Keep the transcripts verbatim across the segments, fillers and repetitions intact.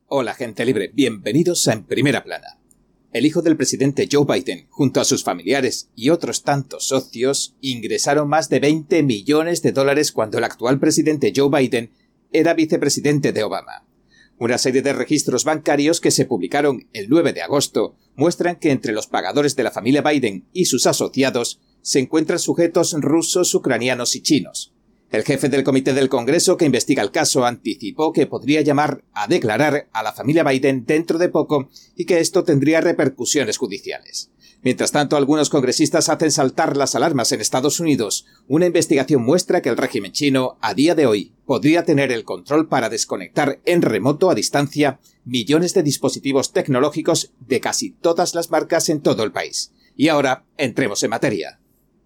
Hola gente libre, bienvenidos a En Primera Plana. El hijo del presidente Joe Biden, junto a sus familiares y otros tantos socios, ingresaron más de veinte millones de dólares cuando el actual presidente Joe Biden era vicepresidente de Obama. Una serie de registros bancarios que se publicaron el nueve de agosto muestran que entre los pagadores de la familia Biden y sus asociados se encuentran sujetos rusos, ucranianos y chinos. El jefe del comité del Congreso que investiga el caso anticipó que podría llamar a declarar a la familia Biden dentro de poco y que esto tendría repercusiones judiciales. Mientras tanto, algunos congresistas hacen saltar las alarmas en Estados Unidos. Una investigación muestra que el régimen chino, a día de hoy, podría tener el control para desconectar en remoto a distancia millones de dispositivos tecnológicos de casi todas las marcas en todo el país. Y ahora, entremos en materia.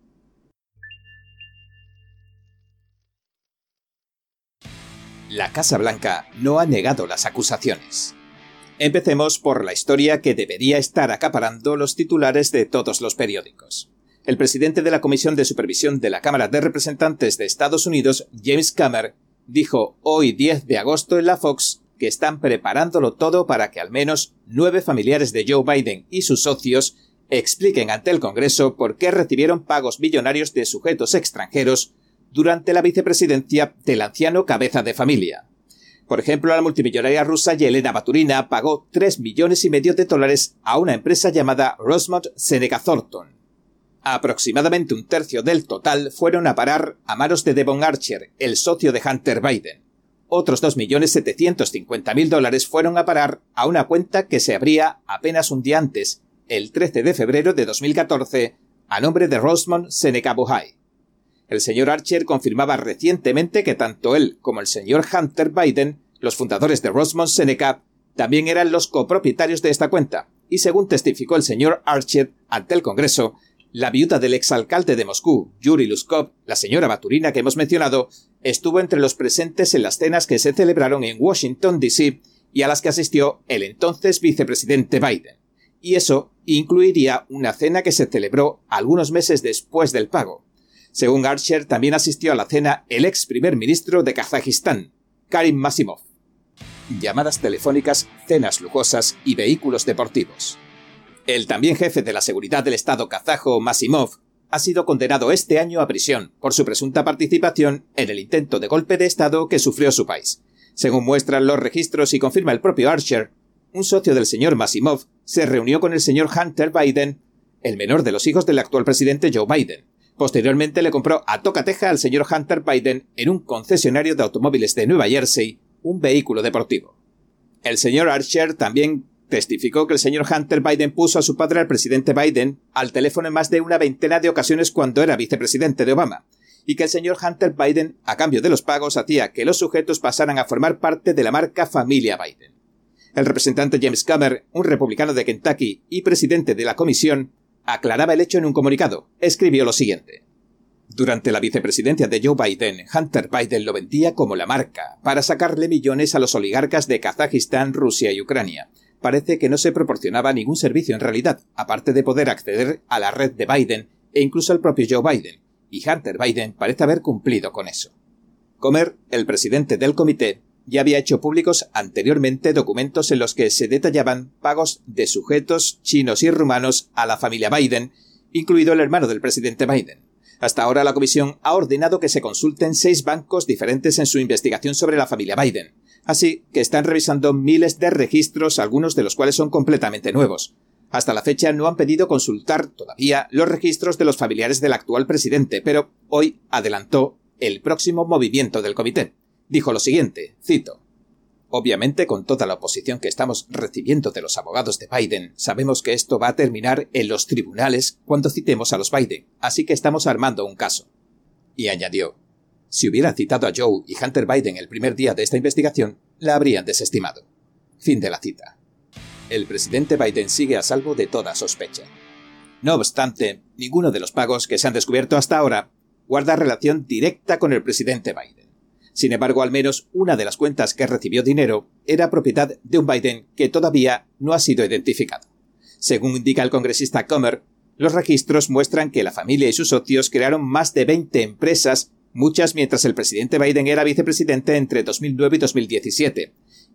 La Casa Blanca no ha negado las acusaciones. Empecemos por la historia que debería estar acaparando los titulares de todos los periódicos. El presidente de la Comisión de Supervisión de la Cámara de Representantes de Estados Unidos, James Comer, dijo hoy diez de agosto en la Fox que están preparándolo todo para que al menos nueve familiares de Joe Biden y sus socios expliquen ante el Congreso por qué recibieron pagos millonarios de sujetos extranjeros durante la vicepresidencia del anciano cabeza de familia. Por ejemplo, la multimillonaria rusa Yelena Baturina pagó tres millones y medio de dólares a una empresa llamada Rosemont Seneca Thornton. Aproximadamente un tercio del total fueron a parar a manos de Devon Archer, el socio de Hunter Biden. Otros dos millones setecientos cincuenta mil dólares fueron a parar a una cuenta que se abría apenas un día antes, el trece de febrero de dos mil catorce, a nombre de Rosemont Seneca Bohai. El señor Archer confirmaba recientemente que tanto él como el señor Hunter Biden, los fundadores de Rosemont Seneca, también eran los copropietarios de esta cuenta, y según testificó el señor Archer ante el Congreso, la viuda del exalcalde de Moscú, Yuri Luskov, la señora Baturina que hemos mencionado, estuvo entre los presentes en las cenas que se celebraron en Washington, D C y a las que asistió el entonces vicepresidente Biden. Y eso incluiría una cena que se celebró algunos meses después del pago. Según Archer, también asistió a la cena el ex primer ministro de Kazajistán, Karim Masimov. Llamadas telefónicas, cenas lujosas y vehículos deportivos. El también jefe de la seguridad del Estado kazajo, Masimov, ha sido condenado este año a prisión por su presunta participación en el intento de golpe de Estado que sufrió su país. Según muestran los registros y confirma el propio Archer, un socio del señor Masimov se reunió con el señor Hunter Biden, el menor de los hijos del actual presidente Joe Biden. Posteriormente le compró a tocateja al señor Hunter Biden en un concesionario de automóviles de Nueva Jersey un vehículo deportivo. El señor Archer también testificó que el señor Hunter Biden puso a su padre al presidente Biden al teléfono en más de una veintena de ocasiones cuando era vicepresidente de Obama, y que el señor Hunter Biden, a cambio de los pagos, hacía que los sujetos pasaran a formar parte de la marca familia Biden. El representante James Comer, un republicano de Kentucky y presidente de la comisión, aclaraba el hecho en un comunicado. Escribió lo siguiente. Durante la vicepresidencia de Joe Biden, Hunter Biden lo vendía como la marca, para sacarle millones a los oligarcas de Kazajistán, Rusia y Ucrania. Parece que no se proporcionaba ningún servicio en realidad, aparte de poder acceder a la red de Biden e incluso al propio Joe Biden, y Hunter Biden parece haber cumplido con eso. Comer, el presidente del comité, ya había hecho públicos anteriormente documentos en los que se detallaban pagos de sujetos chinos y rumanos a la familia Biden, incluido el hermano del presidente Biden. Hasta ahora la comisión ha ordenado que se consulten seis bancos diferentes en su investigación sobre la familia Biden, así que están revisando miles de registros, algunos de los cuales son completamente nuevos. Hasta la fecha no han pedido consultar todavía los registros de los familiares del actual presidente, pero hoy adelantó el próximo movimiento del comité. Dijo lo siguiente, cito, «Obviamente, con toda la oposición que estamos recibiendo de los abogados de Biden, sabemos que esto va a terminar en los tribunales cuando citemos a los Biden, así que estamos armando un caso». Y añadió, «Si hubiera citado a Joe y Hunter Biden el primer día de esta investigación, la habrían desestimado». Fin de la cita. El presidente Biden sigue a salvo de toda sospecha. No obstante, ninguno de los pagos que se han descubierto hasta ahora guarda relación directa con el presidente Biden. Sin embargo, al menos una de las cuentas que recibió dinero era propiedad de un Biden que todavía no ha sido identificado. Según indica el congresista Comer, los registros muestran que la familia y sus socios crearon más de veinte empresas, muchas mientras el presidente Biden era vicepresidente entre dos mil nueve y dos mil diecisiete,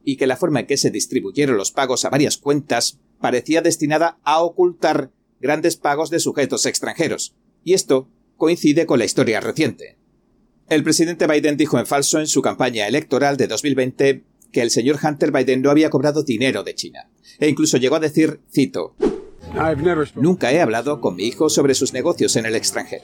y que la forma en que se distribuyeron los pagos a varias cuentas parecía destinada a ocultar grandes pagos de sujetos extranjeros, y esto coincide con la historia reciente. El presidente Biden dijo en falso en su campaña electoral de dos mil veinte que el señor Hunter Biden no había cobrado dinero de China, e incluso llegó a decir, cito, «Nunca he hablado con mi hijo sobre sus negocios en el extranjero».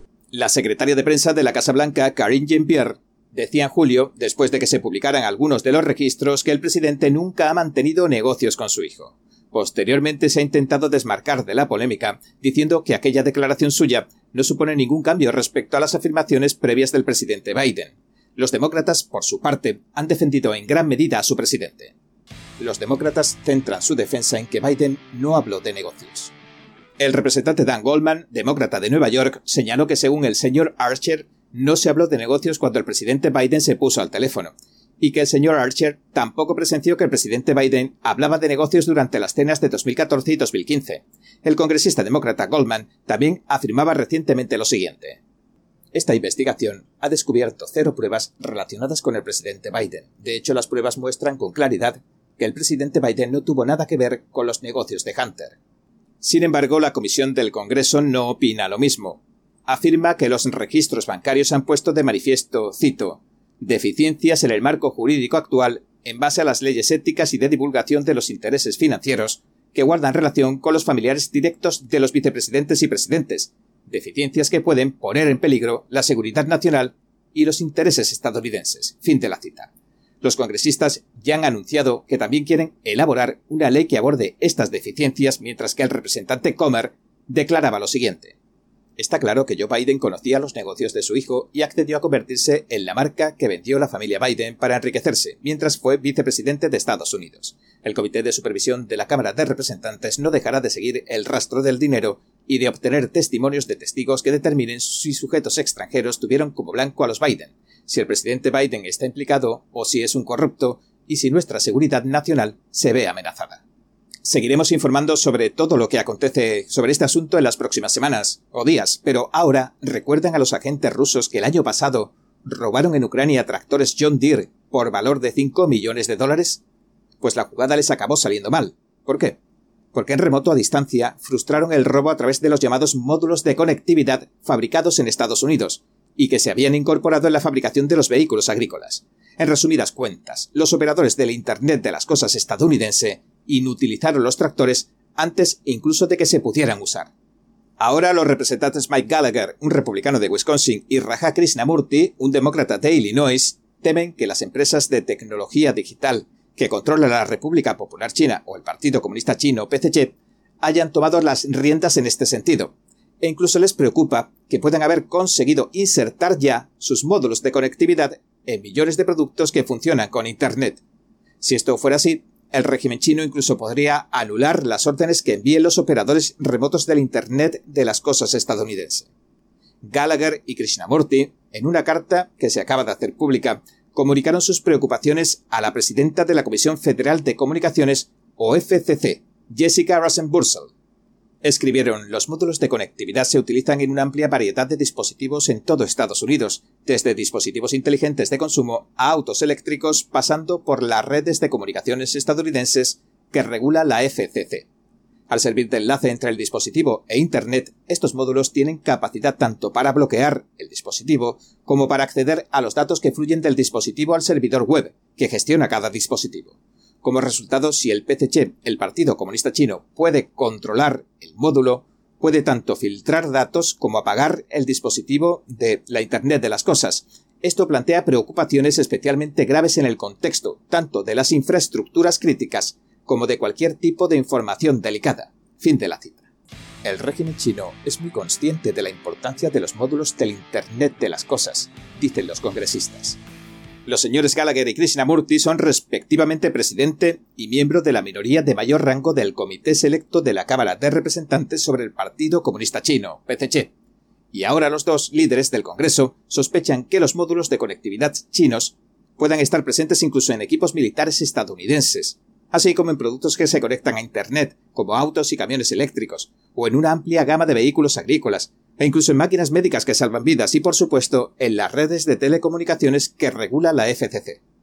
La secretaria de prensa de la Casa Blanca, Karine Jean-Pierre, decía en julio, después de que se publicaran algunos de los registros, que el presidente nunca ha mantenido negocios con su hijo. Posteriormente se ha intentado desmarcar de la polémica, diciendo que aquella declaración suya no supone ningún cambio respecto a las afirmaciones previas del presidente Biden. Los demócratas, por su parte, han defendido en gran medida a su presidente. Los demócratas centran su defensa en que Biden no habló de negocios. El representante Dan Goldman, demócrata de Nueva York, señaló que según el señor Archer, no se habló de negocios cuando el presidente Biden se puso al teléfono, y que el señor Archer tampoco presenció que el presidente Biden hablaba de negocios durante las cenas de dos mil catorce y dos mil quince. El congresista demócrata Goldman también afirmaba recientemente lo siguiente. Esta investigación ha descubierto cero pruebas relacionadas con el presidente Biden. De hecho, las pruebas muestran con claridad que el presidente Biden no tuvo nada que ver con los negocios de Hunter. Sin embargo, la Comisión del Congreso no opina lo mismo. Afirma que los registros bancarios han puesto de manifiesto, cito, deficiencias en el marco jurídico actual en base a las leyes éticas y de divulgación de los intereses financieros que guardan relación con los familiares directos de los vicepresidentes y presidentes, deficiencias que pueden poner en peligro la seguridad nacional y los intereses estadounidenses. Fin de la cita. Los congresistas ya han anunciado que también quieren elaborar una ley que aborde estas deficiencias, mientras que el representante Comer declaraba lo siguiente. Está claro que Joe Biden conocía los negocios de su hijo y accedió a convertirse en la marca que vendió la familia Biden para enriquecerse, mientras fue vicepresidente de Estados Unidos. El Comité de Supervisión de la Cámara de Representantes no dejará de seguir el rastro del dinero y de obtener testimonios de testigos que determinen si sujetos extranjeros tuvieron como blanco a los Biden, si el presidente Biden está implicado o si es un corrupto y si nuestra seguridad nacional se ve amenazada. Seguiremos informando sobre todo lo que acontece sobre este asunto en las próximas semanas o días, pero ahora recuerdan a los agentes rusos que el año pasado robaron en Ucrania tractores John Deere por valor de cinco millones de dólares. Pues la jugada les acabó saliendo mal. ¿Por qué? Porque en remoto a distancia frustraron el robo a través de los llamados módulos de conectividad fabricados en Estados Unidos y que se habían incorporado en la fabricación de los vehículos agrícolas. En resumidas cuentas, los operadores del Internet de las cosas estadounidense inutilizaron los tractores antes incluso de que se pudieran usar. Ahora los representantes Mike Gallagher, un republicano de Wisconsin, y Raja Krishnamurti, un demócrata de Illinois, temen que las empresas de tecnología digital que controla la República Popular China o el Partido Comunista Chino, P C C, hayan tomado las riendas en este sentido, e incluso les preocupa que puedan haber conseguido insertar ya sus módulos de conectividad en millones de productos que funcionan con Internet. Si esto fuera así, el régimen chino incluso podría anular las órdenes que envíen los operadores remotos del Internet de las cosas estadounidense. Gallagher y Krishnamurti, en una carta que se acaba de hacer pública, comunicaron sus preocupaciones a la presidenta de la Comisión Federal de Comunicaciones, o F C C, Jessica Rosenbursel. Escribieron, los módulos de conectividad se utilizan en una amplia variedad de dispositivos en todo Estados Unidos, desde dispositivos inteligentes de consumo a autos eléctricos, pasando por las redes de comunicaciones estadounidenses que regula la F C C. Al servir de enlace entre el dispositivo e Internet, estos módulos tienen capacidad tanto para bloquear el dispositivo como para acceder a los datos que fluyen del dispositivo al servidor web, que gestiona cada dispositivo. Como resultado, si el P C C, el Partido Comunista Chino, puede controlar el módulo, puede tanto filtrar datos como apagar el dispositivo de la Internet de las cosas. Esto plantea preocupaciones especialmente graves en el contexto tanto de las infraestructuras críticas como de cualquier tipo de información delicada. Fin de la cita. El régimen chino es muy consciente de la importancia de los módulos del Internet de las cosas, dicen los congresistas. Los señores Gallagher y Krishnamurti son respectivamente presidente y miembro de la minoría de mayor rango del Comité Selecto de la Cámara de Representantes sobre el Partido Comunista Chino, P C C. Y ahora los dos líderes del Congreso sospechan que los módulos de conectividad chinos puedan estar presentes incluso en equipos militares estadounidenses, así como en productos que se conectan a Internet, como autos y camiones eléctricos, o en una amplia gama de vehículos agrícolas, e incluso en máquinas médicas que salvan vidas y, por supuesto, en las redes de telecomunicaciones que regula la F C C.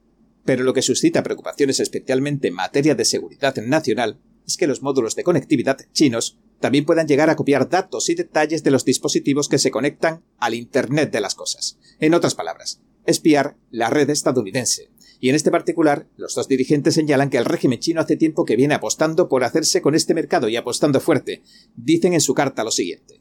Pero lo que suscita preocupaciones especialmente en materia de seguridad nacional es que los módulos de conectividad chinos también puedan llegar a copiar datos y detalles de los dispositivos que se conectan al Internet de las cosas. En otras palabras, espiar la red estadounidense. Y en este particular, los dos dirigentes señalan que el régimen chino hace tiempo que viene apostando por hacerse con este mercado y apostando fuerte. Dicen en su carta lo siguiente.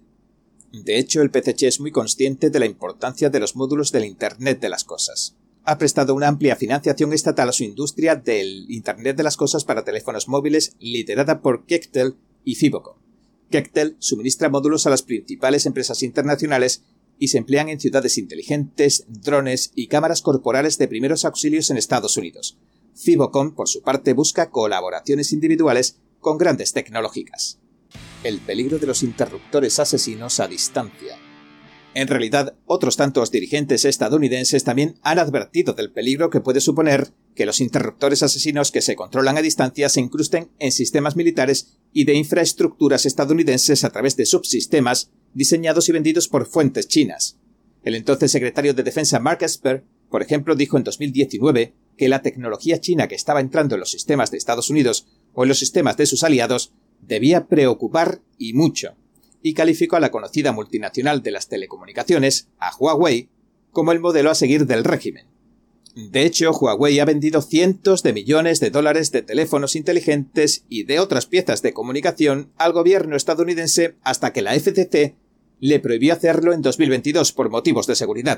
De hecho, el P C Ch es muy consciente de la importancia de los módulos del Internet de las cosas. Ha prestado una amplia financiación estatal a su industria del Internet de las cosas para teléfonos móviles liderada por Quectel y Fibocom. Quectel suministra módulos a las principales empresas internacionales y se emplean en ciudades inteligentes, drones y cámaras corporales de primeros auxilios en Estados Unidos. Fibocom, por su parte, busca colaboraciones individuales con grandes tecnológicas. El peligro de los interruptores asesinos a distancia. En realidad, otros tantos dirigentes estadounidenses también han advertido del peligro que puede suponer que los interruptores asesinos que se controlan a distancia se incrusten en sistemas militares y de infraestructuras estadounidenses a través de subsistemas diseñados y vendidos por fuentes chinas. El entonces secretario de Defensa Mark Esper, por ejemplo, dijo en dos mil diecinueve que la tecnología china que estaba entrando en los sistemas de Estados Unidos o en los sistemas de sus aliados debía preocupar y mucho, y calificó a la conocida multinacional de las telecomunicaciones, a Huawei, como el modelo a seguir del régimen. De hecho, Huawei ha vendido cientos de millones de dólares de teléfonos inteligentes y de otras piezas de comunicación al gobierno estadounidense hasta que la F C C le prohibió hacerlo en dos mil veintidós por motivos de seguridad.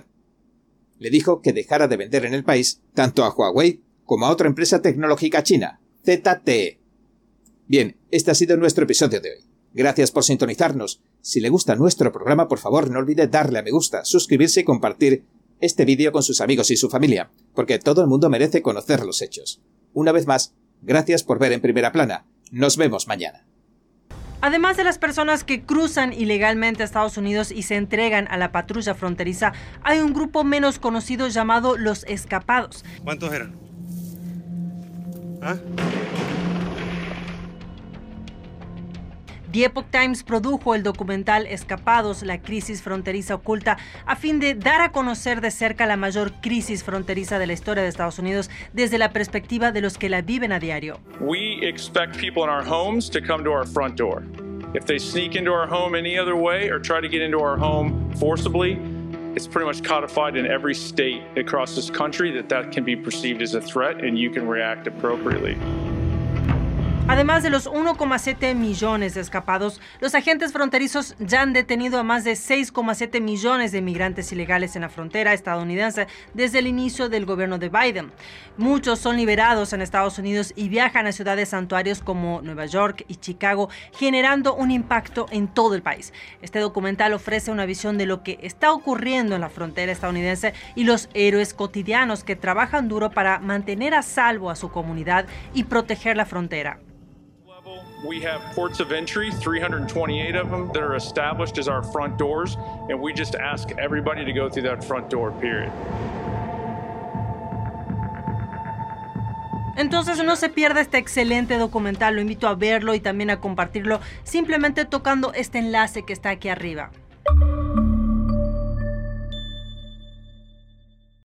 Le dijo que dejara de vender en el país tanto a Huawei como a otra empresa tecnológica china, Z T E. Bien, este ha sido nuestro episodio de hoy. Gracias por sintonizarnos. Si le gusta nuestro programa, por favor no olvide darle a me gusta, suscribirse y compartir este vídeo con sus amigos y su familia, porque todo el mundo merece conocer los hechos. Una vez más, gracias por ver En Primera Plana. Nos vemos mañana. Además de las personas que cruzan ilegalmente a Estados Unidos y se entregan a la patrulla fronteriza, hay un grupo menos conocido llamado los escapados. ¿Cuántos eran? ¿Ah? The Epoch Times produjo el documental Escapados, la crisis fronteriza oculta, a fin de dar a conocer de cerca la mayor crisis fronteriza de la historia de Estados Unidos desde la perspectiva de los que la viven a diario. We expect people in our homes to come to our front door. If they sneak into our home any other way or try to get into our home forcibly, it's pretty much codified in every state across this country that that can be perceived as a threat and you can react appropriately. Además de los uno coma siete millones de escapados, los agentes fronterizos ya han detenido a más de seis coma siete millones de migrantes ilegales en la frontera estadounidense desde el inicio del gobierno de Biden. Muchos son liberados en Estados Unidos y viajan a ciudades santuarios como Nueva York y Chicago, generando un impacto en todo el país. Este documental ofrece una visión de lo que está ocurriendo en la frontera estadounidense y los héroes cotidianos que trabajan duro para mantener a salvo a su comunidad y proteger la frontera. We have ports of entry, three hundred twenty-eight of them that are established as our front doors, and we just ask everybody to go through that front door, period. Entonces no se pierda este excelente documental, lo invito a verlo y también a compartirlo simplemente tocando este enlace que está aquí arriba.